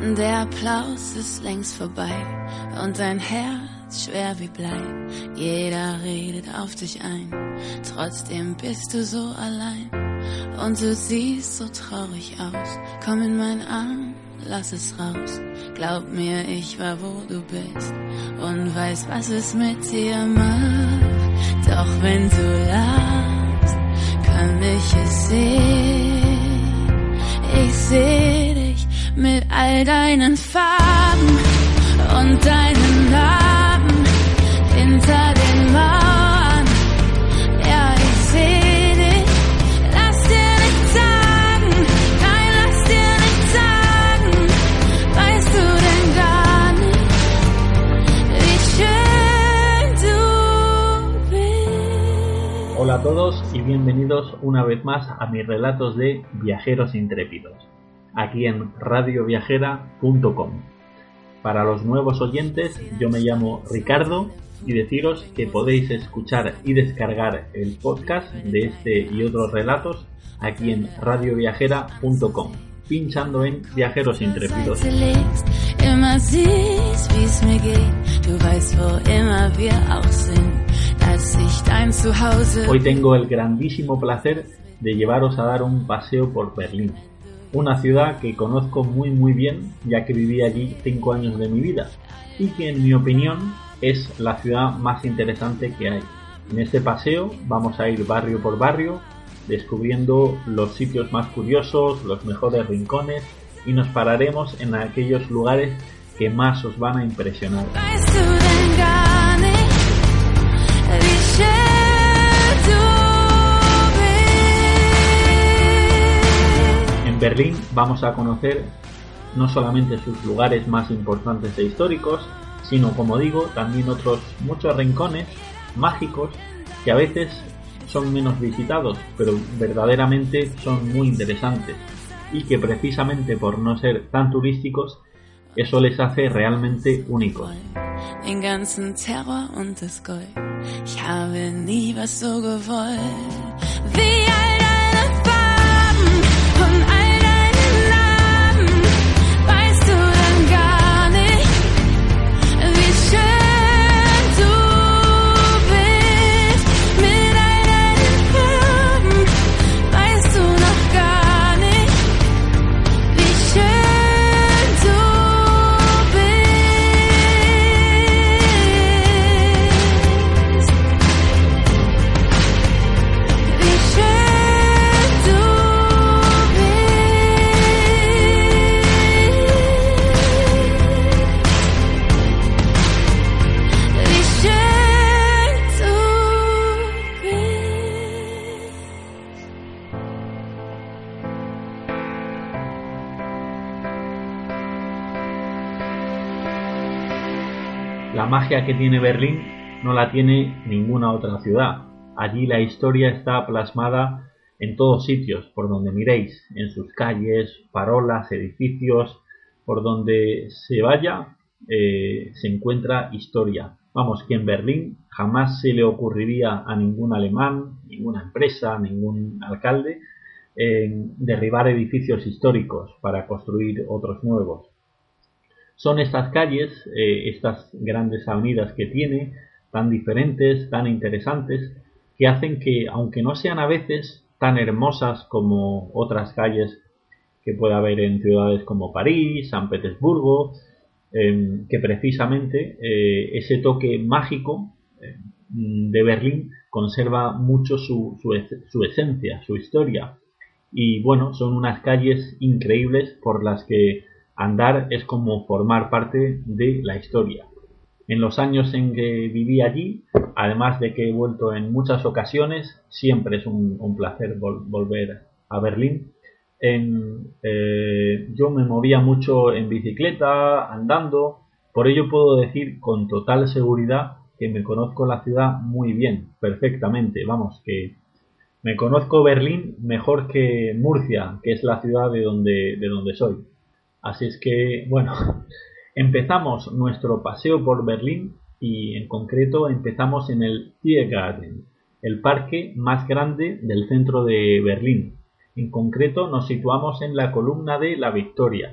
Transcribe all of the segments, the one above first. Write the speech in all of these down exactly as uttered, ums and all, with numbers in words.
Der Applaus ist längst vorbei und dein Herz schwer wie Blei. Jeder redet auf dich ein, trotzdem bist du so allein. Und du siehst so traurig aus, komm in meinen Arm, lass es raus. Glaub mir, ich war wo du bist und weiß, was es mit dir macht. Doch wenn du lachst, kann ich es sehen. Ich seh dich mit all deinen Farben und deinen Narben hinter den Mauern. Ja, ich seh dich, lass dir nichts sagen, nein, lass dir nichts sagen. Weißt du denn gar nicht, wie schön du bist? Hola a todos y bienvenidos una vez más a mis relatos de Viajeros Intrépidos, aquí en radio viajera punto com. Para los nuevos oyentes, yo me llamo Ricardo y deciros que podéis escuchar y descargar el podcast de este y otros relatos aquí en radio viajera punto com, pinchando en Viajeros Intrépidos. Hoy tengo el grandísimo placer de llevaros a dar un paseo por Berlín, una ciudad que conozco muy muy bien, ya que viví allí cinco años de mi vida y que en mi opinión es la ciudad más interesante que hay. En este paseo vamos a ir barrio por barrio, descubriendo los sitios más curiosos, los mejores rincones, y nos pararemos en aquellos lugares que más os van a impresionar. En Berlín vamos a conocer no solamente sus lugares más importantes e históricos, sino, como digo, también otros muchos rincones mágicos que a veces son menos visitados, pero verdaderamente son muy interesantes y que precisamente por no ser tan turísticos, eso les hace realmente únicos. Den ganzen Terror und das Gold. Ich habe nie was so gewollt. Wie all deine Farben und all deine Narben. Weißt du denn gar nicht, wie schön du bist? Mit all deinen Farben. Weißt du noch gar nicht, wie schön du La magia que tiene Berlín no la tiene ninguna otra ciudad. Allí la historia está plasmada en todos sitios, por donde miréis, en sus calles, farolas, edificios, por donde se vaya eh, se encuentra historia. Vamos, que en Berlín jamás se le ocurriría a ningún alemán, ninguna empresa, ningún alcalde eh, derribar edificios históricos para construir otros nuevos. Son estas calles, eh, estas grandes avenidas que tiene, tan diferentes, tan interesantes, que hacen que, aunque no sean a veces tan hermosas como otras calles que puede haber en ciudades como París, San Petersburgo, eh, que precisamente eh, ese toque mágico eh, de Berlín conserva mucho su, su, su esencia, su historia. Y bueno, son unas calles increíbles por las que andar es como formar parte de la historia. En los años en que viví allí, además de que he vuelto en muchas ocasiones, siempre es un, un placer vol- volver a Berlín. En, eh, yo me movía mucho en bicicleta, andando, por ello puedo decir con total seguridad que me conozco la ciudad muy bien, perfectamente. Vamos, que me conozco Berlín mejor que Murcia, que es la ciudad de donde, de donde soy. Así es que, bueno, empezamos nuestro paseo por Berlín y en concreto empezamos en el Tiergarten, el parque más grande del centro de Berlín. En concreto nos situamos en la columna de la Victoria.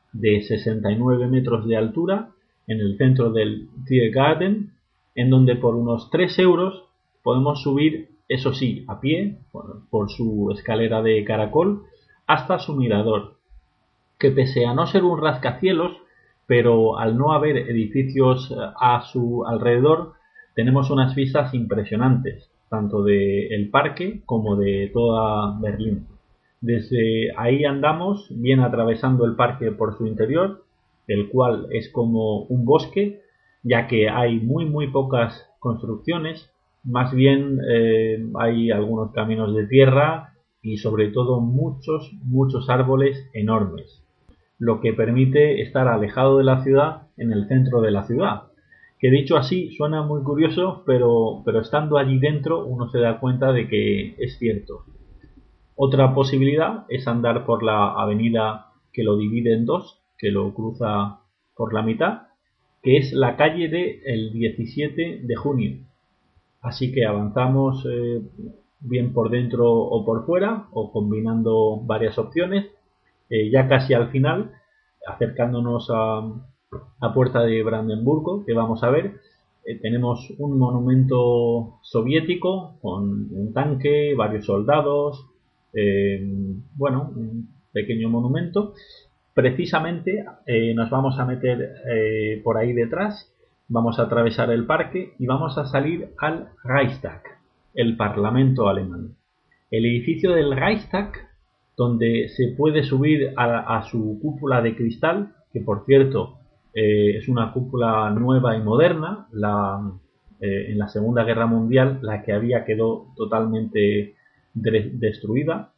de sesenta y nueve metros de altura en el centro del Tiergarten, en donde por unos tres euros podemos subir, eso sí, a pie, por, por su escalera de caracol, hasta su mirador, que pese a no ser un rascacielos, pero al no haber edificios a su alrededor, tenemos unas vistas impresionantes, tanto del parque como de toda Berlín. Desde ahí andamos, bien atravesando el parque por su interior, el cual es como un bosque, ya que hay muy muy pocas construcciones, más bien eh, hay algunos caminos de tierra y sobre todo muchos, muchos árboles enormes, lo que permite estar alejado de la ciudad en el centro de la ciudad, que dicho así suena muy curioso, pero, pero estando allí dentro uno se da cuenta de que es cierto. Otra posibilidad es andar por la avenida que lo divide en dos, que lo cruza por la mitad, que es la calle del diecisiete de junio. Así que avanzamos eh, bien por dentro o por fuera, o combinando varias opciones. Eh, ya casi al final, acercándonos a la puerta de Brandenburgo, que vamos a ver, eh, tenemos un monumento soviético con un tanque, varios soldados, eh, bueno, un pequeño monumento. Precisamente eh, nos vamos a meter eh, por ahí detrás, vamos a atravesar el parque y vamos a salir al Reichstag, el Parlamento alemán. El edificio del Reichstag, donde se puede subir a, a su cúpula de cristal, que por cierto eh, es una cúpula nueva y moderna. La, eh, en la Segunda Guerra Mundial la que había quedó totalmente de, destruida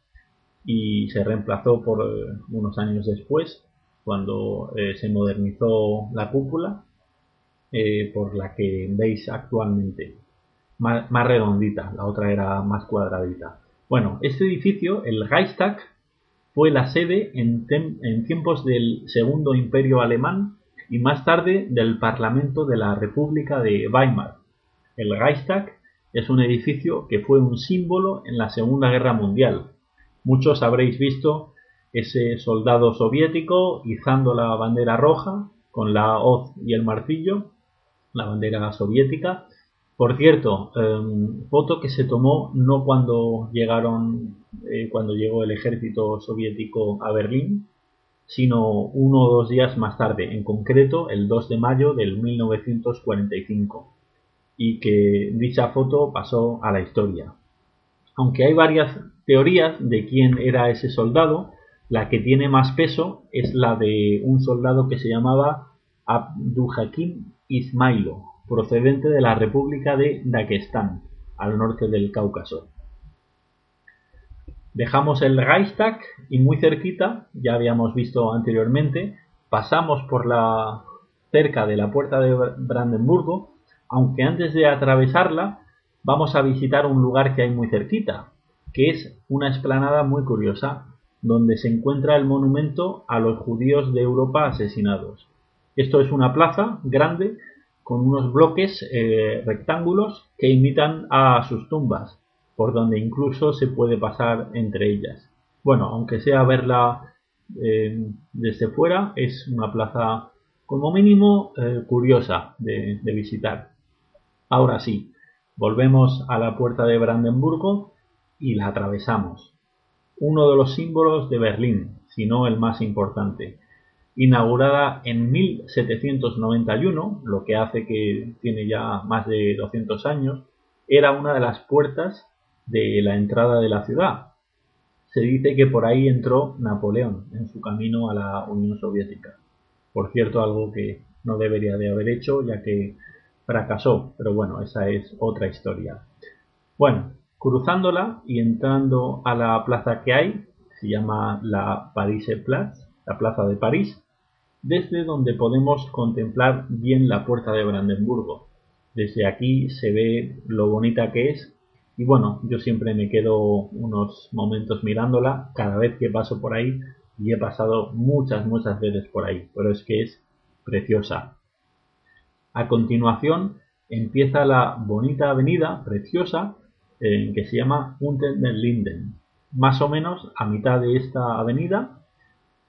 y se reemplazó por eh, unos años después, cuando eh, se modernizó la cúpula eh, por la que veis actualmente, más, más redondita, la otra era más cuadradita. Bueno, este edificio, el Reichstag, fue la sede en, en tiempos del Segundo Imperio Alemán y más tarde del Parlamento de la República de Weimar. El Reichstag es un edificio que fue un símbolo en la Segunda Guerra Mundial. Muchos habréis visto ese soldado soviético izando la bandera roja con la hoz y el martillo, la bandera soviética. Por cierto, eh, foto que se tomó no cuando llegaron, eh, cuando llegó el ejército soviético a Berlín, sino uno o dos días más tarde, en concreto el dos de mayo del mil novecientos cuarenta y cinco, y que dicha foto pasó a la historia. Aunque hay varias teorías de quién era ese soldado, la que tiene más peso es la de un soldado que se llamaba Abdulhakim Ismailov, procedente de la República de Daguestán, al norte del Cáucaso. Dejamos el Reichstag y muy cerquita, ya habíamos visto anteriormente, pasamos por la cerca de la puerta de Brandenburgo, aunque antes de atravesarla vamos a visitar un lugar que hay muy cerquita, que es una explanada muy curiosa, donde se encuentra el monumento a los judíos de Europa asesinados. Esto es una plaza grande con unos bloques eh, rectángulos que imitan a sus tumbas, por donde incluso se puede pasar entre ellas. Bueno, aunque sea verla eh, desde fuera, es una plaza como mínimo eh, curiosa de, de visitar. Ahora sí, volvemos a la puerta de Brandenburgo y la atravesamos. Uno de los símbolos de Berlín, si no el más importante. Inaugurada en mil setecientos noventa y uno, lo que hace que tiene ya más de doscientos años, era una de las puertas de la entrada de la ciudad. Se dice que por ahí entró Napoleón en su camino a la Unión Soviética. Por cierto, algo que no debería de haber hecho, ya que fracasó, pero bueno, esa es otra historia. Bueno, cruzándola y entrando a la plaza que hay, se llama la Pariserplatz, la plaza de París, desde donde podemos contemplar bien la puerta de Brandenburgo. Desde aquí se ve lo bonita que es y bueno, yo siempre me quedo unos momentos mirándola cada vez que paso por ahí y he pasado muchas, muchas veces por ahí, pero es que es preciosa. A continuación empieza la bonita avenida preciosa eh, que se llama Unter den Linden. Más o menos a mitad de esta avenida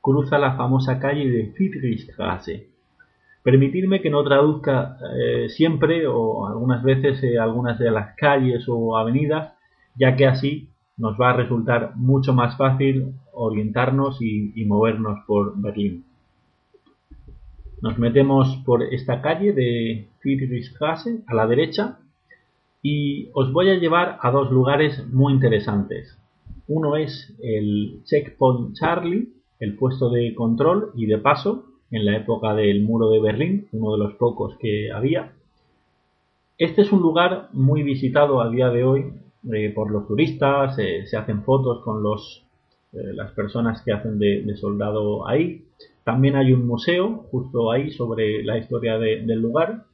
cruza la famosa calle de Friedrichstraße. Permitidme que no traduzca eh, siempre o algunas veces eh, algunas de las calles o avenidas, ya que así nos va a resultar mucho más fácil orientarnos y, y movernos por Berlín. Nos metemos por esta calle de Friedrichstraße a la derecha y os voy a llevar a dos lugares muy interesantes. Uno es el Checkpoint Charlie, el puesto de control y de paso en la época del muro de Berlín, uno de los pocos que había. Este es un lugar muy visitado a día de hoy eh, por los turistas, eh, se hacen fotos con los, eh, las personas que hacen de, de soldado ahí. También hay un museo justo ahí sobre la historia de, del lugar.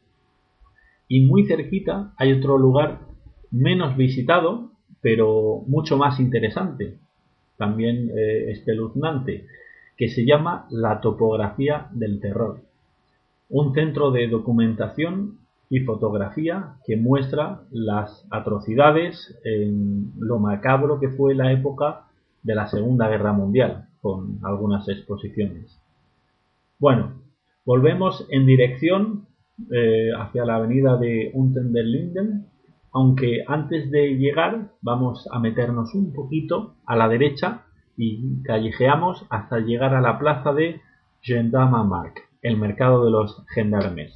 Y muy cerquita hay otro lugar menos visitado, pero mucho más interesante, también eh, espeluznante, que se llama la Topografía del Terror. Un centro de documentación y fotografía que muestra las atrocidades en lo macabro que fue la época de la Segunda Guerra Mundial, con algunas exposiciones. Bueno, volvemos en dirección eh, hacia la avenida de Unten den Linden, aunque antes de llegar vamos a meternos un poquito a la derecha y callejeamos hasta llegar a la plaza de Gendarmenmarkt, el mercado de los gendarmes.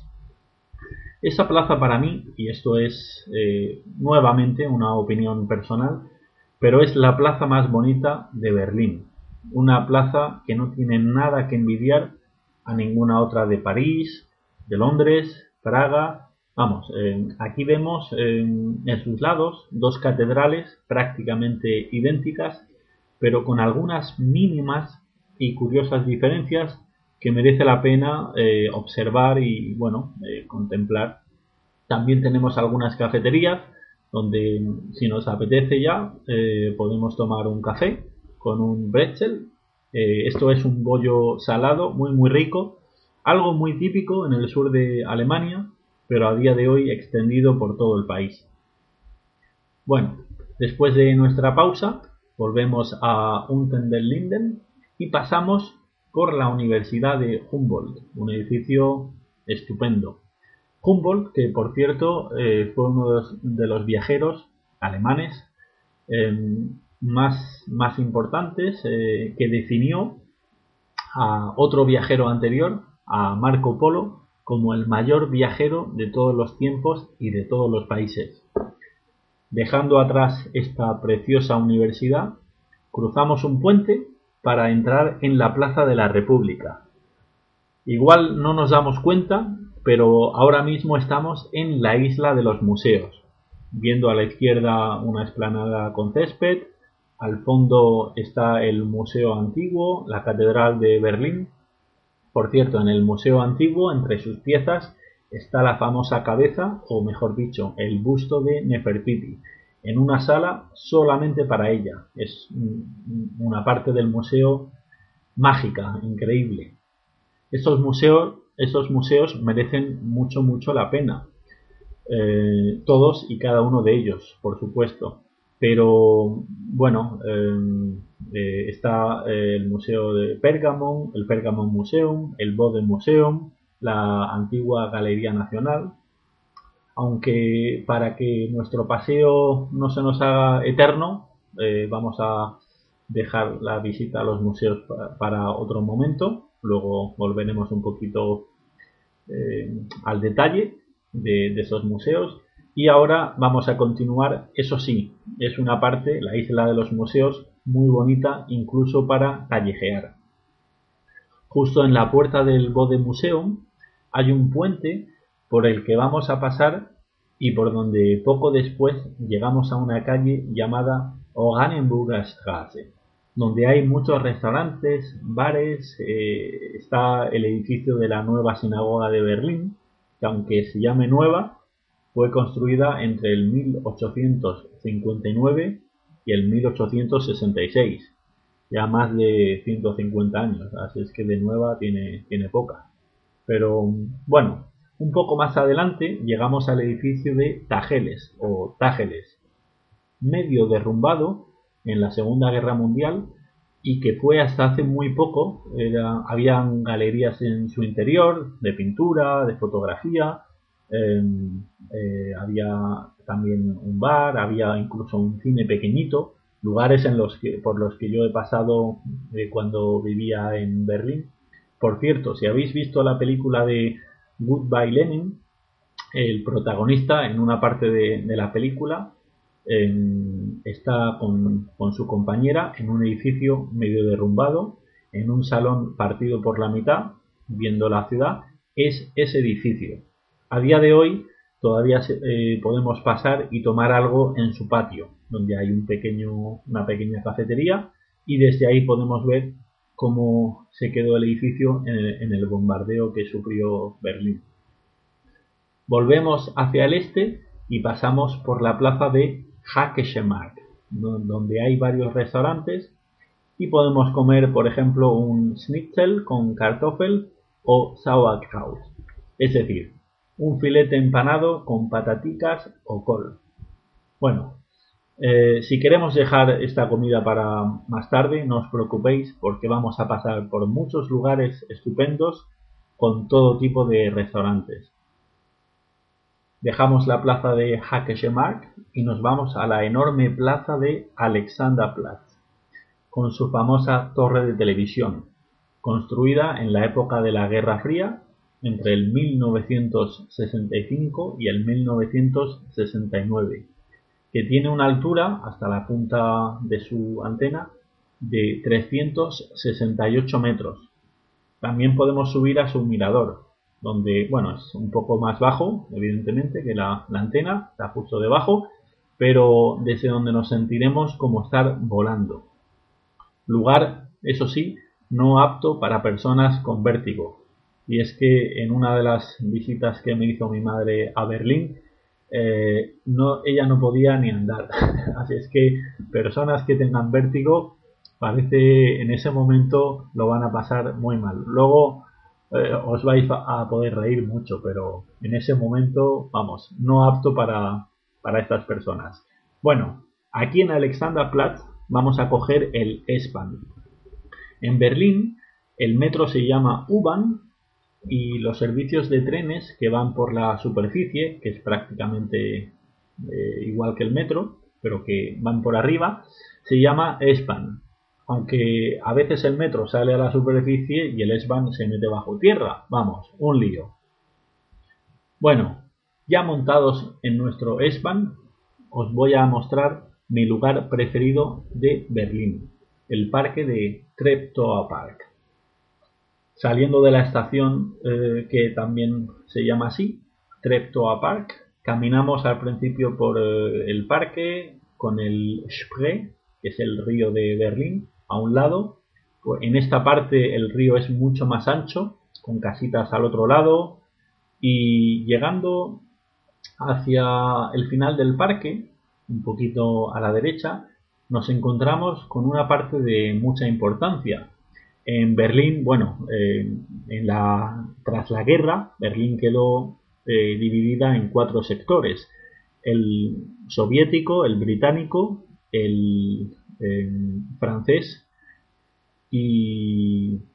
Esa plaza para mí, y esto es eh, nuevamente una opinión personal, pero es la plaza más bonita de Berlín. Una plaza que no tiene nada que envidiar a ninguna otra de París, de Londres, Praga. Vamos, eh, aquí vemos eh, en sus lados dos catedrales prácticamente idénticas, pero con algunas mínimas y curiosas diferencias que merece la pena eh, observar y bueno, eh, contemplar. También tenemos algunas cafeterías donde si nos apetece ya eh, podemos tomar un café con un bretzel. Eh, esto es un bollo salado muy muy rico, algo muy típico en el sur de Alemania, pero a día de hoy extendido por todo el país. Bueno, después de nuestra pausa volvemos a Unten den Linden y pasamos por la Universidad de Humboldt, un edificio estupendo. Humboldt, que por cierto eh, fue uno de los, de los viajeros alemanes eh, más, más importantes, eh, que definió a otro viajero anterior, a Marco Polo, como el mayor viajero de todos los tiempos y de todos los países. Dejando atrás esta preciosa universidad, cruzamos un puente para entrar en la Plaza de la República. Igual no nos damos cuenta, pero ahora mismo estamos en la isla de los museos, viendo a la izquierda una explanada con césped, al fondo está el Museo Antiguo, la Catedral de Berlín. Por cierto, en el Museo Antiguo, entre sus piezas, está la famosa cabeza, o mejor dicho, el busto de Nefertiti, en una sala solamente para ella. Es una parte del museo mágica, increíble. Estos museos, estos museos merecen mucho, mucho la pena. Eh, todos y cada uno de ellos, por supuesto. Pero, bueno, eh, eh, está el Museo de Pergamon, el Pergamon Museum, el Bode Museum, la antigua Galería Nacional. Aunque para que nuestro paseo no se nos haga eterno, eh, vamos a dejar la visita a los museos para, para otro momento. Luego volveremos un poquito eh, al detalle de, de esos museos. Y ahora vamos a continuar, eso sí, es una parte, la isla de los museos, muy bonita incluso para callejear. Justo en la puerta del Bode Museum hay un puente por el que vamos a pasar y por donde poco después llegamos a una calle llamada Oranienburger Straße, donde hay muchos restaurantes, bares, eh, está el edificio de la nueva sinagoga de Berlín, que aunque se llame nueva, fue construida entre el mil ochocientos cincuenta y nueve y el mil ochocientos sesenta y seis, ya más de ciento cincuenta años, así es que de nueva tiene, tiene poca. Pero bueno, un poco más adelante llegamos al edificio de Tageles o Tágeles, medio derrumbado en la Segunda Guerra Mundial, y que fue hasta hace muy poco. Era, habían galerías en su interior de pintura, de fotografía, eh, eh, había también un bar, había incluso un cine pequeñito, lugares en los que, por los que yo he pasado eh, cuando vivía en Berlín. Por cierto, si habéis visto la película de Goodbye Lenin, el protagonista en una parte de, de la película eh, está con, con su compañera en un edificio medio derrumbado, en un salón partido por la mitad, viendo la ciudad. Es ese edificio. A día de hoy todavía se, eh, podemos pasar y tomar algo en su patio, donde hay un pequeño, una pequeña cafetería, y desde ahí podemos ver cómo se quedó el edificio en el, en el bombardeo que sufrió Berlín. Volvemos hacia el este y pasamos por la plaza de Hackesche Markt, donde hay varios restaurantes y podemos comer, por ejemplo, un Schnitzel con Kartoffel o Sauerkraut, es decir, un filete empanado con pataticas o col. Bueno, eh, si queremos dejar esta comida para más tarde, no os preocupéis, porque vamos a pasar por muchos lugares estupendos con todo tipo de restaurantes. Dejamos la plaza de Hackesche Markt y nos vamos a la enorme plaza de Alexanderplatz, con su famosa torre de televisión, construida en la época de la Guerra Fría, entre el mil novecientos sesenta y cinco y el mil novecientos sesenta y nueve, que tiene una altura, hasta la punta de su antena, de trescientos sesenta y ocho metros. También podemos subir a su mirador, donde, bueno, es un poco más bajo, evidentemente, que la, la antena, está justo debajo, pero desde donde nos sentiremos como estar volando. Lugar, eso sí, no apto para personas con vértigo. Y es que en una de las visitas que me hizo mi madre a Berlín, eh, no, ella no podía ni andar. Así es que personas que tengan vértigo, parece en ese momento lo van a pasar muy mal. Luego eh, os vais a poder reír mucho, pero en ese momento, vamos, no apto para, para estas personas. Bueno, aquí en Alexanderplatz vamos a coger el S-Bahn. En Berlín el metro se llama U-Bahn y los servicios de trenes que van por la superficie, que es prácticamente eh, igual que el metro, pero que van por arriba, se llama S-Bahn. Aunque a veces el metro sale a la superficie y el S-Bahn se mete bajo tierra. Vamos, un lío. Bueno, ya montados en nuestro S-Bahn, os voy a mostrar mi lugar preferido de Berlín, el parque de Treptower Park. Saliendo de la estación, eh, que también se llama así, Treptower Park, caminamos al principio por eh, el parque con el Spree, que es el río de Berlín, a un lado. En esta parte el río es mucho más ancho, con casitas al otro lado, y llegando hacia el final del parque, un poquito a la derecha, nos encontramos con una parte de mucha importancia. En Berlín, bueno, eh, en la, tras la guerra, Berlín quedó eh, dividida en cuatro sectores: el soviético, el británico, el eh, francés y,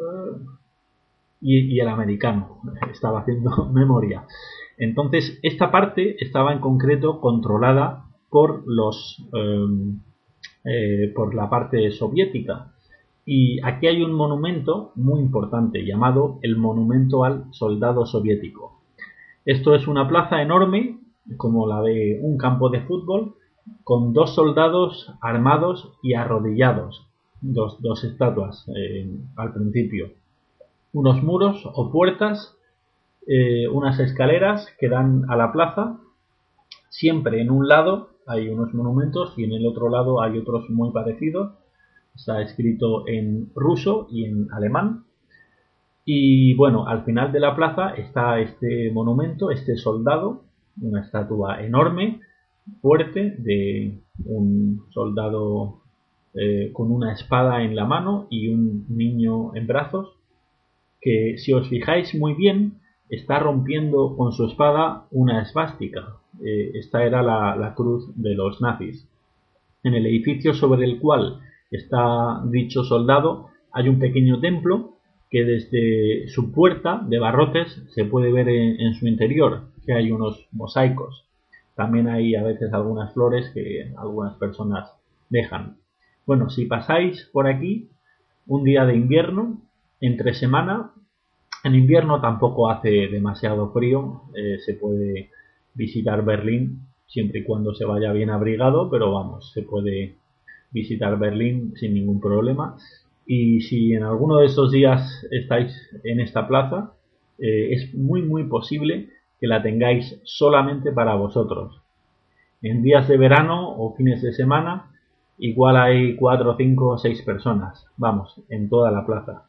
y, y el americano. Estaba haciendo memoria. Entonces, esta parte estaba en concreto controlada por los eh, eh, por la parte soviética. Y aquí hay un monumento muy importante llamado el Monumento al Soldado Soviético. Esto es una plaza enorme, como la de un campo de fútbol, con dos soldados armados y arrodillados, dos, dos estatuas eh, al principio, unos muros o puertas, eh, unas escaleras que dan a la plaza. Siempre en un lado hay unos monumentos y en el otro lado hay otros muy parecidos. Está escrito en ruso y en alemán. Y bueno, al final de la plaza está este monumento, este soldado, una estatua enorme, fuerte, de un soldado eh, con una espada en la mano y un niño en brazos, que si os fijáis muy bien, está rompiendo con su espada una esvástica. Eh, esta era la, la cruz de los nazis. En el edificio sobre el cual está dicho soldado, hay un pequeño templo que desde su puerta de barrotes se puede ver en, en su interior, que hay unos mosaicos. También hay a veces algunas flores que algunas personas dejan. Bueno, si pasáis por aquí un día de invierno, entre semana, en invierno tampoco hace demasiado frío, eh, se puede visitar Berlín siempre y cuando se vaya bien abrigado, pero vamos, se puede visitar Berlín sin ningún problema. Y si en alguno de esos días estáis en esta plaza, eh, es muy muy posible que la tengáis solamente para vosotros. En días de verano o fines de semana, igual hay cuatro, cinco o seis personas, vamos, en toda la plaza.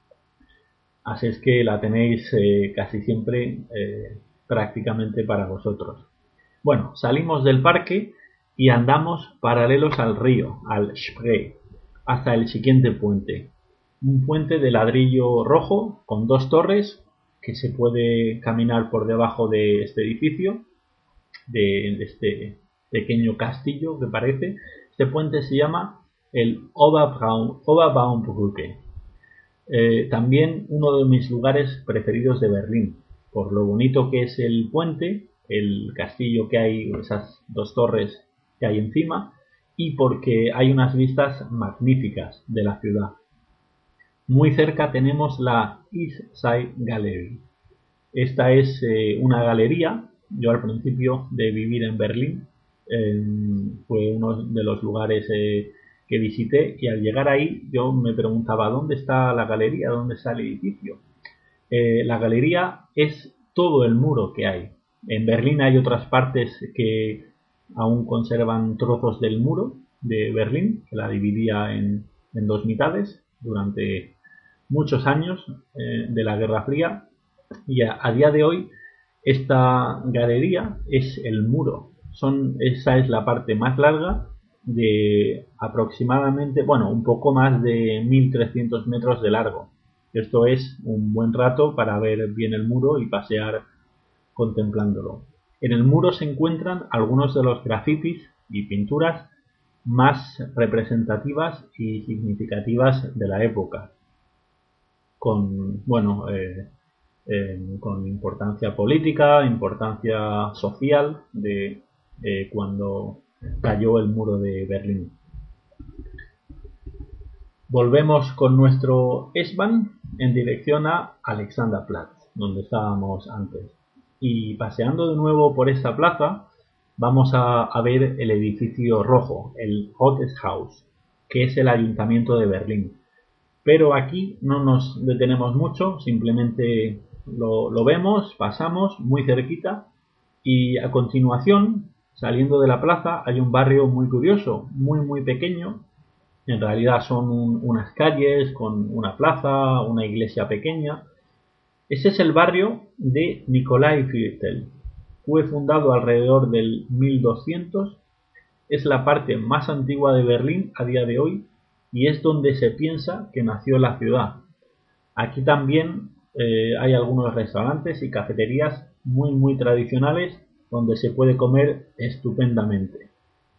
Así es que la tenéis eh, casi siempre eh, prácticamente para vosotros. Bueno, salimos del parque y andamos paralelos al río, al Spree, hasta el siguiente puente. Un puente de ladrillo rojo con dos torres que se puede caminar por debajo de este edificio, de, de este pequeño castillo que parece. Este puente se llama el Oberbraun, Oberbaumbrücke. Eh, también uno de mis lugares preferidos de Berlín, por lo bonito que es el puente, el castillo que hay, esas dos torres que hay encima, y porque hay unas vistas magníficas de la ciudad. Muy cerca tenemos la East Side Gallery. Esta es eh, una galería. Yo al principio de vivir en Berlín eh, fue uno de los lugares eh, que visité, y al llegar ahí yo me preguntaba ¿dónde está la galería? ¿Dónde está el edificio? Eh, la galería es todo el muro que hay. En Berlín hay otras partes que aún conservan trozos del muro de Berlín, que la dividía en, en dos mitades durante muchos años eh, de la Guerra Fría, y a, a día de hoy esta galería es el muro. Son, esa es la parte más larga, de aproximadamente, bueno, un poco más de mil trescientos metros de largo. Esto es un buen rato para ver bien el muro y pasear contemplándolo. En el muro se encuentran algunos de los grafitis y pinturas más representativas y significativas de la época, con, bueno, eh, eh, con importancia política, importancia social de eh, cuando cayó el muro de Berlín. Volvemos con nuestro S-Bahn en dirección a Alexanderplatz, donde estábamos antes. Y paseando de nuevo por esta plaza, vamos a, a ver el edificio rojo, el Rathaus, que es el Ayuntamiento de Berlín. Pero aquí no nos detenemos mucho, simplemente lo, lo vemos, pasamos muy cerquita, y a continuación, saliendo de la plaza, hay un barrio muy curioso, muy muy pequeño. En realidad son un, unas calles con una plaza, una iglesia pequeña. Ese es el barrio de Nikolaiviertel. Fue fundado alrededor del mil doscientos. Es la parte más antigua de Berlín a día de hoy y es donde se piensa que nació la ciudad. Aquí también eh, hay algunos restaurantes y cafeterías muy muy tradicionales donde se puede comer estupendamente.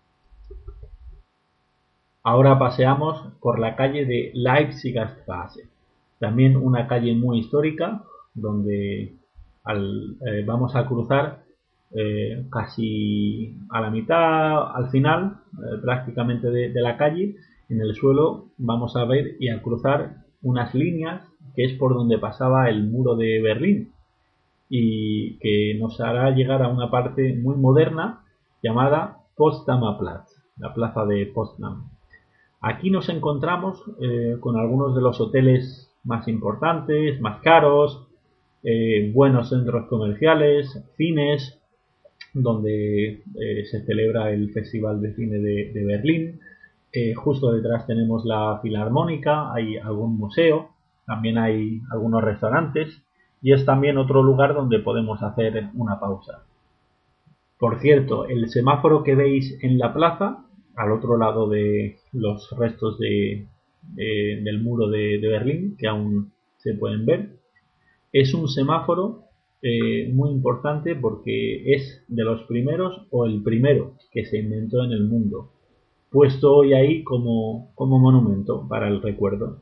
Ahora paseamos por la calle de Leipziger Straße, también una calle muy histórica donde al, eh, vamos a cruzar eh, casi a la mitad, al final eh, prácticamente de, de la calle. En el suelo vamos a ver y a cruzar unas líneas que es por donde pasaba el muro de Berlín y que nos hará llegar a una parte muy moderna llamada Potsdamer Platz, la plaza de Potsdam. Aquí nos encontramos eh, con algunos de los hoteles más importantes, más caros, eh, buenos centros comerciales, cines, donde eh, se celebra el Festival de Cine de, de Berlín. Eh, justo detrás tenemos la Filarmónica, hay algún museo, también hay algunos restaurantes y es también otro lugar donde podemos hacer una pausa. Por cierto, el semáforo que veis en la plaza, al otro lado de los restos de, de, del muro de, de Berlín, que aún se pueden ver, es un semáforo eh, muy importante porque es de los primeros o el primero que se inventó en el mundo. puesto hoy ahí como, como monumento para el recuerdo.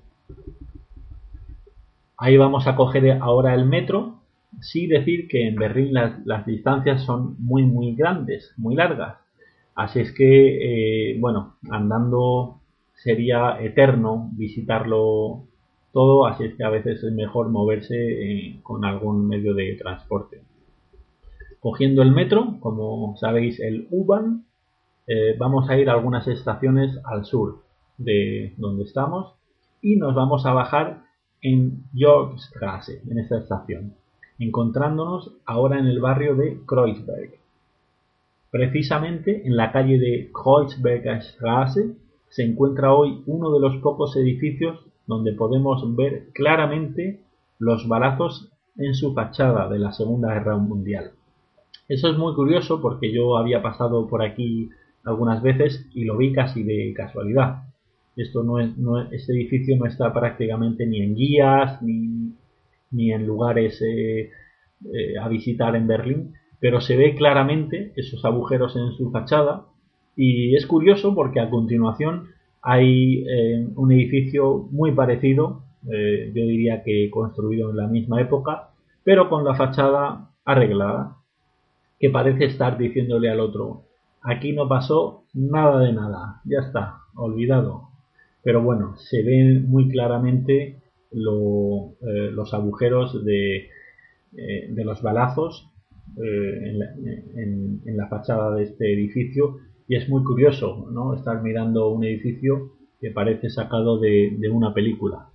Ahí vamos a coger ahora el metro. Sí decir que en Berlín las, las distancias son muy muy grandes, muy largas. Así es que, eh, bueno, andando sería eterno visitarlo todo, así es que a veces es mejor moverse eh, con algún medio de transporte. Cogiendo el metro, como sabéis, el U-Bahn, eh, vamos a ir a algunas estaciones al sur de donde estamos y nos vamos a bajar en Yorkstraße, en esta estación, encontrándonos ahora en el barrio de Kreuzberg. Precisamente en la calle de Kreuzberger Straße se encuentra hoy uno de los pocos edificios donde podemos ver claramente los balazos en su fachada de la Segunda Guerra Mundial. Eso es muy curioso porque yo había pasado por aquí algunas veces y lo vi casi de casualidad. Esto no es, no, este edificio no está prácticamente ni en guías ni, ni en lugares eh, eh, a visitar en Berlín, pero se ve claramente esos agujeros en su fachada y es curioso porque a continuación hay eh, un edificio muy parecido, eh, yo diría que construido en la misma época, pero con la fachada arreglada, que parece estar diciéndole al otro: aquí no pasó nada de nada, ya está, olvidado. Pero bueno, se ven muy claramente lo, eh, los agujeros de, eh, de los balazos eh, en, la, en, en la fachada de este edificio, y es muy curioso, ¿no?, estar mirando un edificio que parece sacado de, de una película.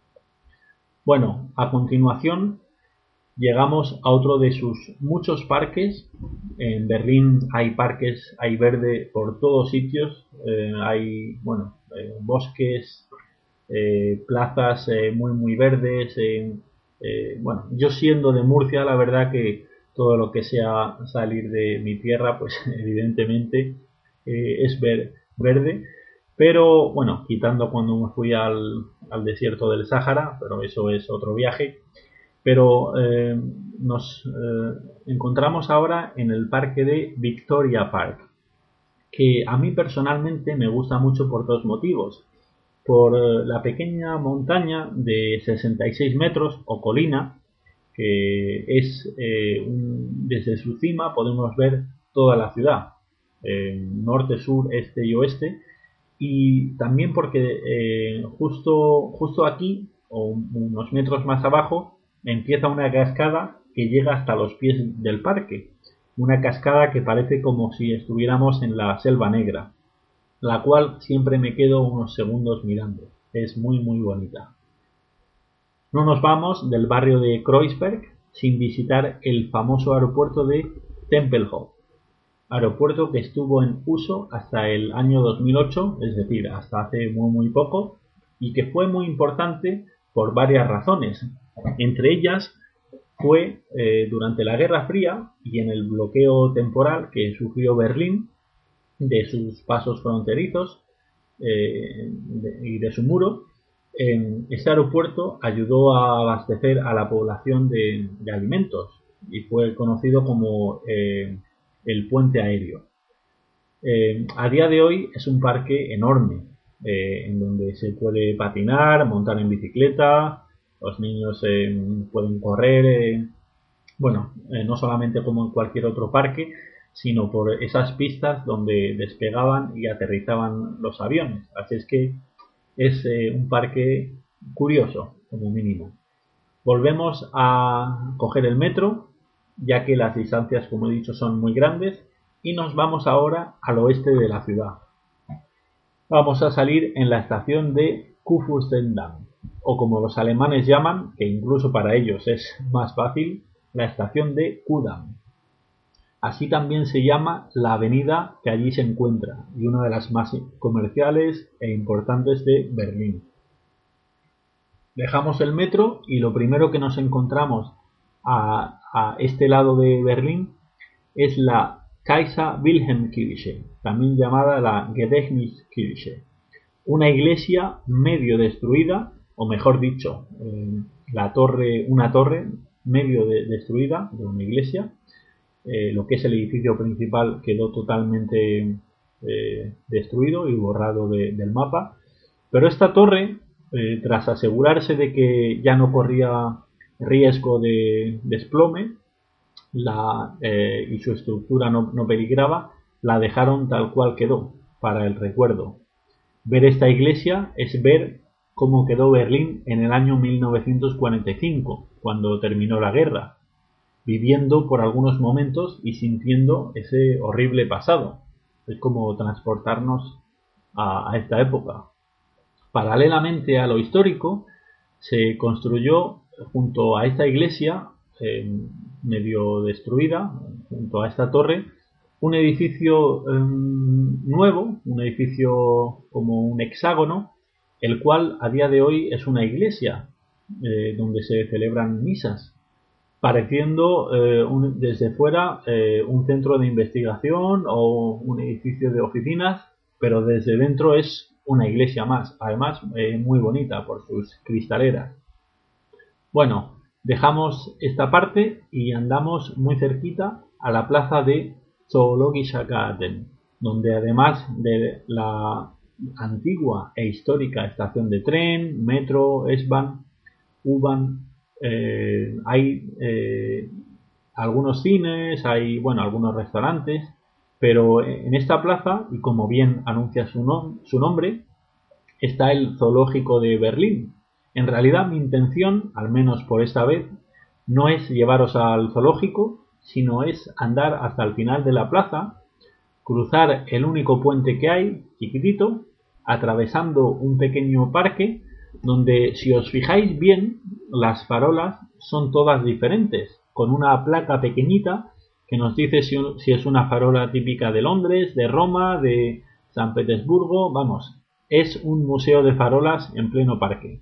Bueno, a continuación llegamos a otro de sus muchos parques. En Berlín hay parques, hay verde por todos sitios, eh, hay, bueno, eh, bosques, eh, plazas eh, muy muy verdes. Eh, eh, bueno, yo siendo de Murcia, la verdad que todo lo que sea salir de mi tierra, pues evidentemente eh, es ver, verde. Pero bueno, quitando cuando me fui al, al desierto del Sáhara, pero eso es otro viaje. Pero eh, nos eh, encontramos ahora en el parque de Victoria Park, que a mí personalmente me gusta mucho por dos motivos. Por eh, la pequeña montaña de sesenta y seis metros o colina, que es eh, un, desde su cima podemos ver toda la ciudad, eh, norte, sur, este y oeste, y también porque eh, justo, justo aquí, o unos metros más abajo, empieza una cascada que llega hasta los pies del parque, una cascada que parece como si estuviéramos en la Selva Negra, la cual siempre me quedo unos segundos mirando. Es muy muy bonita. No nos vamos del barrio de Kreuzberg sin visitar el famoso aeropuerto de Tempelhof, aeropuerto que estuvo en uso hasta el año dos mil ocho, es decir, hasta hace muy muy poco, y que fue muy importante por varias razones. Entre ellas fue eh, durante la Guerra Fría y en el bloqueo temporal que sufrió Berlín de sus pasos fronterizos eh, de, y de su muro. En este aeropuerto ayudó a abastecer a la población de, de alimentos y fue conocido como eh, el puente aéreo. Eh, a día de hoy es un parque enorme eh, en donde se puede patinar, montar en bicicleta, los niños eh, pueden correr, eh, bueno, eh, no solamente como en cualquier otro parque, sino por esas pistas donde despegaban y aterrizaban los aviones. Así es que es eh, un parque curioso, como mínimo. Volvemos a coger el metro, ya que las distancias, como he dicho, son muy grandes, y nos vamos ahora al oeste de la ciudad. Vamos a salir en la estación de Kurfürstendamm, o como los alemanes llaman, que incluso para ellos es más fácil, la estación de Kudamm. Así también se llama la avenida que allí se encuentra, y una de las más comerciales e importantes de Berlín. Dejamos el metro y lo primero que nos encontramos a, a este lado de Berlín es la Kaiser Wilhelm Kirche, también llamada la Gedächtniskirche, una iglesia medio destruida, o mejor dicho, eh, la torre, una torre medio de, destruida de una iglesia. Eh, lo que es el edificio principal quedó totalmente eh, destruido y borrado de, del mapa. Pero esta torre, eh, tras asegurarse de que ya no corría riesgo de desplome la, eh, y su estructura no, no peligraba, la dejaron tal cual quedó, para el recuerdo. Ver esta iglesia es ver cómo quedó Berlín en el año mil novecientos cuarenta y cinco, cuando terminó la guerra, viviendo por algunos momentos y sintiendo ese horrible pasado. Es como transportarnos a, a esta época. Paralelamente a lo histórico, se construyó junto a esta iglesia, eh, medio destruida, junto a esta torre, un edificio eh, nuevo, un edificio como un hexágono, el cual a día de hoy es una iglesia eh, donde se celebran misas, pareciendo eh, un, desde fuera eh, un centro de investigación o un edificio de oficinas, pero desde dentro es una iglesia más, además eh, muy bonita por sus cristaleras. Bueno, dejamos esta parte y andamos muy cerquita a la plaza de Zoologischer Garten, donde además de la antigua e histórica estación de tren, metro, S-Bahn, U-Bahn, eh, hay eh, algunos cines, hay bueno algunos restaurantes, pero en esta plaza, y como bien anuncia su, nom su nombre, está el Zoológico de Berlín. En realidad mi intención, al menos por esta vez, no es llevaros al zoológico, sino es andar hasta el final de la plaza, cruzar el único puente que hay, chiquitito, atravesando un pequeño parque donde, si os fijáis bien, las farolas son todas diferentes, con una placa pequeñita que nos dice si, un, si es una farola típica de Londres, de Roma, de San Petersburgo. Vamos, es un museo de farolas en pleno parque.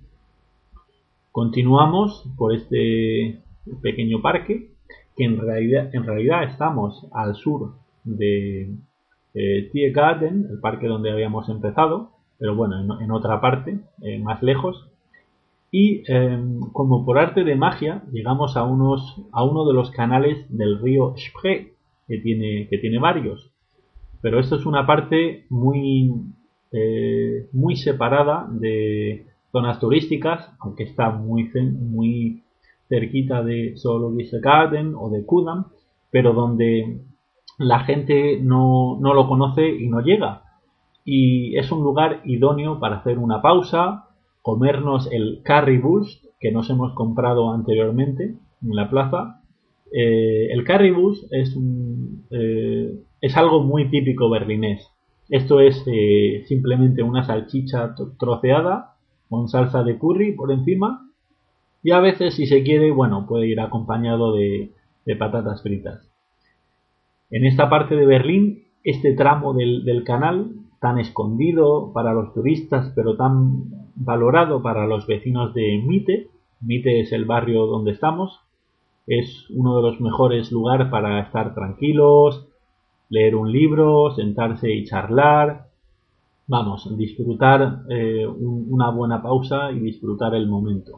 Continuamos por este pequeño parque, que en realidad, en realidad estamos al sur de eh, Tiergarten, el parque donde habíamos empezado, pero bueno, en, en otra parte, eh, más lejos. Y eh, como por arte de magia llegamos a, unos, a uno de los canales del río Spree, que tiene, que tiene varios. Pero esto es una parte muy, eh, muy separada de zonas turísticas, aunque está muy, muy cerquita de Zoologischer Garten o de Kudamm, pero donde la gente no, no lo conoce y no llega. Y es un lugar idóneo para hacer una pausa, comernos el currywurst que nos hemos comprado anteriormente en la plaza. Eh, el currywurst es, un, eh, es algo muy típico berlinés. Esto es eh, simplemente una salchicha troceada con salsa de curry por encima, y a veces, si se quiere, bueno, puede ir acompañado de, de patatas fritas. En esta parte de Berlín, este tramo del, del canal, tan escondido para los turistas, pero tan valorado para los vecinos de Mitte. Mitte es el barrio donde estamos. Es uno de los mejores lugares para estar tranquilos, leer un libro, sentarse y charlar. Vamos, disfrutar eh, un, una buena pausa y disfrutar el momento.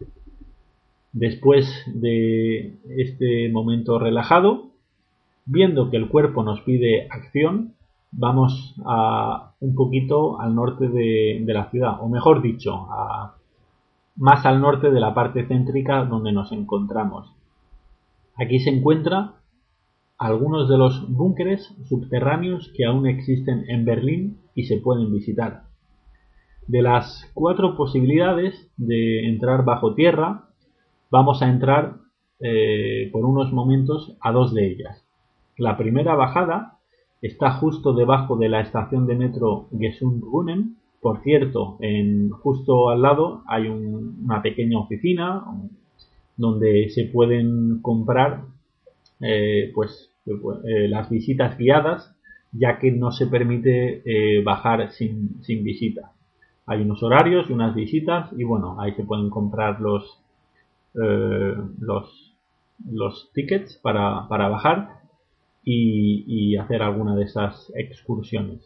Después de este momento relajado, viendo que el cuerpo nos pide acción, vamos a un poquito al norte de, de la ciudad, o mejor dicho, a, más al norte de la parte céntrica donde nos encontramos. Aquí se encuentran algunos de los búnkeres subterráneos que aún existen en Berlín y se pueden visitar. De las cuatro posibilidades de entrar bajo tierra, vamos a entrar eh, por unos momentos a dos de ellas. La primera bajada está justo debajo de la estación de metro Gesundbrunnen. Por cierto, en, justo al lado hay un, una pequeña oficina donde se pueden comprar eh, pues, eh, las visitas guiadas, ya que no se permite eh, bajar sin, sin visita. Hay unos horarios y unas visitas y bueno, ahí se pueden comprar los, eh, los, los tickets para, para bajar y, y hacer alguna de esas excursiones.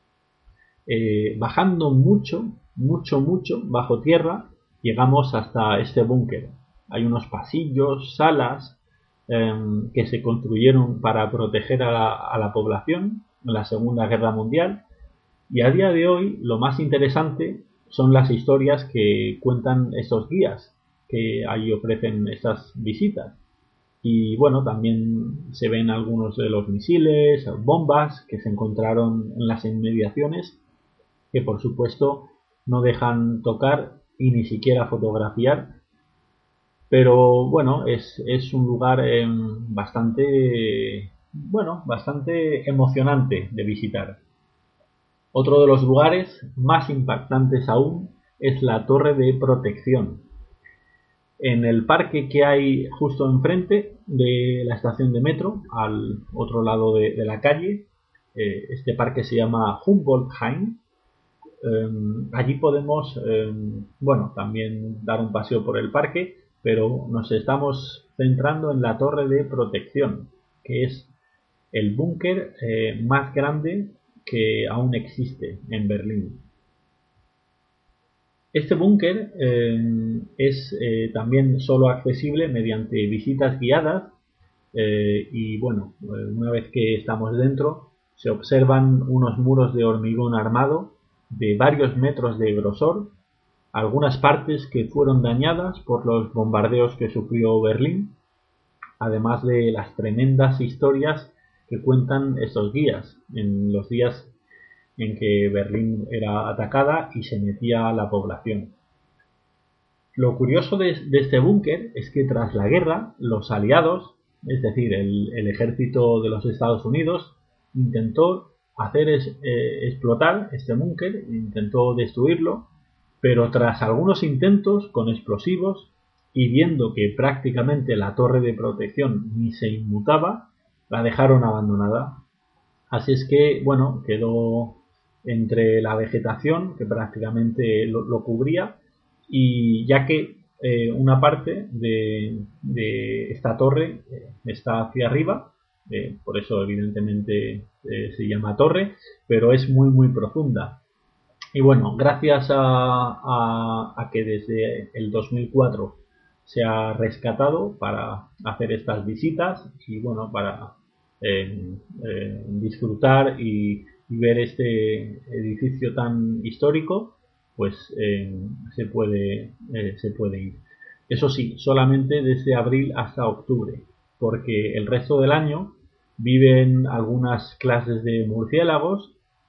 Eh, bajando mucho, mucho, mucho bajo tierra, llegamos hasta este búnker. Hay unos pasillos, salas eh, que se construyeron para proteger a la, a la población en la Segunda Guerra Mundial, y a día de hoy lo más interesante son las historias que cuentan estos guías que ahí ofrecen estas visitas. Y bueno, también se ven algunos de los misiles, bombas que se encontraron en las inmediaciones, que por supuesto no dejan tocar y ni siquiera fotografiar. Pero bueno, es, es un lugar eh, bastante, bueno, bastante emocionante de visitar. Otro de los lugares más impactantes aún es la Torre de Protección. En el parque que hay justo enfrente de la estación de metro, al otro lado de, de la calle, eh, este parque se llama Humboldtheim. Eh, allí podemos, eh, bueno, también dar un paseo por el parque, pero nos estamos centrando en la Torre de Protección, que es el búnker eh, más grande que aún existe en Berlín. Este búnker eh, es eh, también solo accesible mediante visitas guiadas eh, y bueno, una vez que estamos dentro se observan unos muros de hormigón armado de varios metros de grosor, algunas partes que fueron dañadas por los bombardeos que sufrió Berlín, además de las tremendas historias que cuentan estos guías en los días en que Berlín era atacada y se metía a la población. Lo curioso de, de este búnker es que tras la guerra, los aliados, es decir, el, el ejército de los Estados Unidos, intentó hacer es, eh, explotar este búnker, intentó destruirlo, pero tras algunos intentos con explosivos y viendo que prácticamente la torre de protección ni se inmutaba, la dejaron abandonada. Así es que, bueno, quedó entre la vegetación que prácticamente lo, lo cubría, y ya que eh, una parte de, de esta torre eh, está hacia arriba, eh, por eso evidentemente eh, se llama torre, pero es muy muy profunda. Y bueno, gracias a, a, a que desde el dos mil cuatro se ha rescatado para hacer estas visitas y bueno, para eh, eh, disfrutar y, y ver este edificio tan histórico, pues eh, se puede eh, se puede ir. Eso sí, solamente desde abril hasta octubre, porque el resto del año viven algunas clases de murciélagos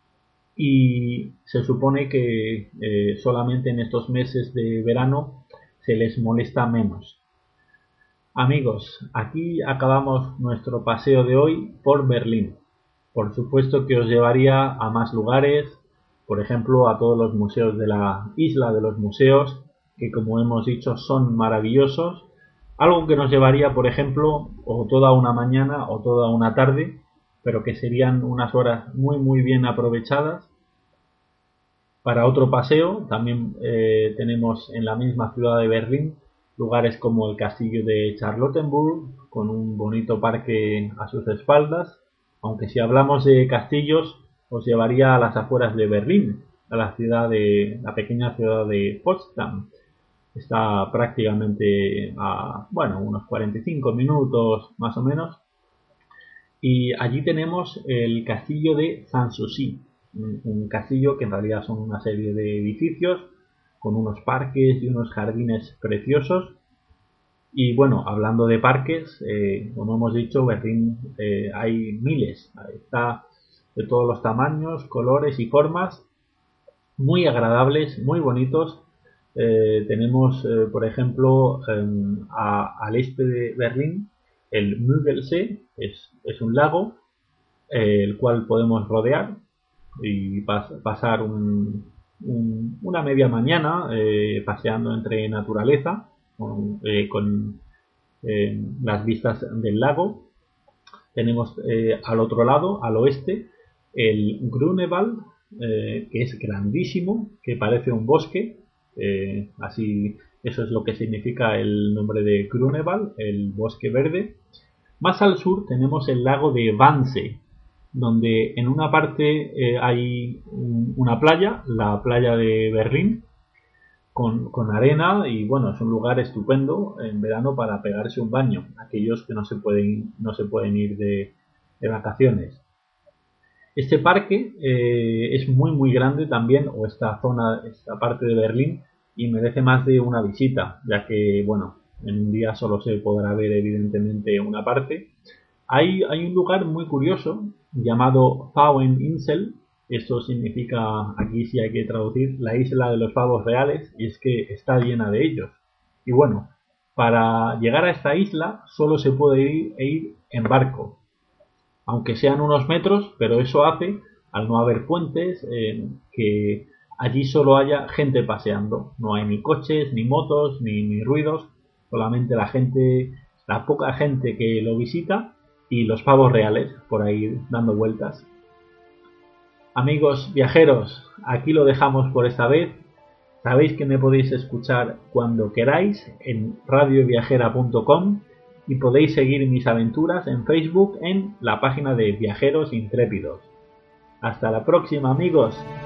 y se supone que eh, solamente en estos meses de verano se les molesta menos. Amigos, aquí acabamos nuestro paseo de hoy por Berlín. Por supuesto que os llevaría a más lugares, por ejemplo a todos los museos de la isla de los museos, que como hemos dicho son maravillosos. Algo que nos llevaría, por ejemplo, o toda una mañana o toda una tarde, pero que serían unas horas muy muy bien aprovechadas. Para otro paseo también eh, tenemos en la misma ciudad de Berlín lugares como el castillo de Charlottenburg, con un bonito parque a sus espaldas, aunque si hablamos de castillos os llevaría a las afueras de Berlín, a la ciudad de la pequeña ciudad de Potsdam. Está prácticamente a, bueno, unos cuarenta y cinco minutos más o menos, y allí tenemos el castillo de Sanssouci, un, un castillo que en realidad son una serie de edificios con unos parques y unos jardines preciosos. Y bueno, hablando de parques, eh, como hemos dicho, Berlín eh, hay miles, está de todos los tamaños, colores y formas, muy agradables, muy bonitos. Eh, tenemos, eh, por ejemplo, eh, a, al este de Berlín, el Müggelsee, es, es un lago, eh, el cual podemos rodear y pas, pasar un, un, una media mañana eh, paseando entre naturaleza, con, eh, con eh, las vistas del lago. Tenemos eh, al otro lado, al oeste, el Grunewald, eh, que es grandísimo, que parece un bosque. Eh, así, eso es lo que significa el nombre de Grunewald, el bosque verde. Más al sur tenemos el lago de Wannsee, donde en una parte eh, hay un, una playa, la playa de Berlín, con, con arena, y bueno, es un lugar estupendo en verano para pegarse un baño, aquellos que no se pueden, no se pueden ir de, de vacaciones. Este parque eh, es muy muy grande también, o esta zona, esta parte de Berlín, y merece más de una visita, ya que, bueno, en un día solo se podrá ver evidentemente una parte. Hay, hay un lugar muy curioso llamado Pfaueninsel. Esto significa, aquí sí hay que traducir, la isla de los pavos reales, y es que está llena de ellos. Y bueno, para llegar a esta isla solo se puede ir, ir en barco, aunque sean unos metros, pero eso hace, al no haber puentes, eh, que allí solo haya gente paseando. No hay ni coches, ni motos, ni, ni ruidos, solamente la gente, la poca gente que lo visita y los pavos reales por ahí dando vueltas. Amigos viajeros, aquí lo dejamos por esta vez. Sabéis que me podéis escuchar cuando queráis en radio viajera punto com y podéis seguir mis aventuras en Facebook en la página de Viajeros Intrépidos. Hasta la próxima, amigos.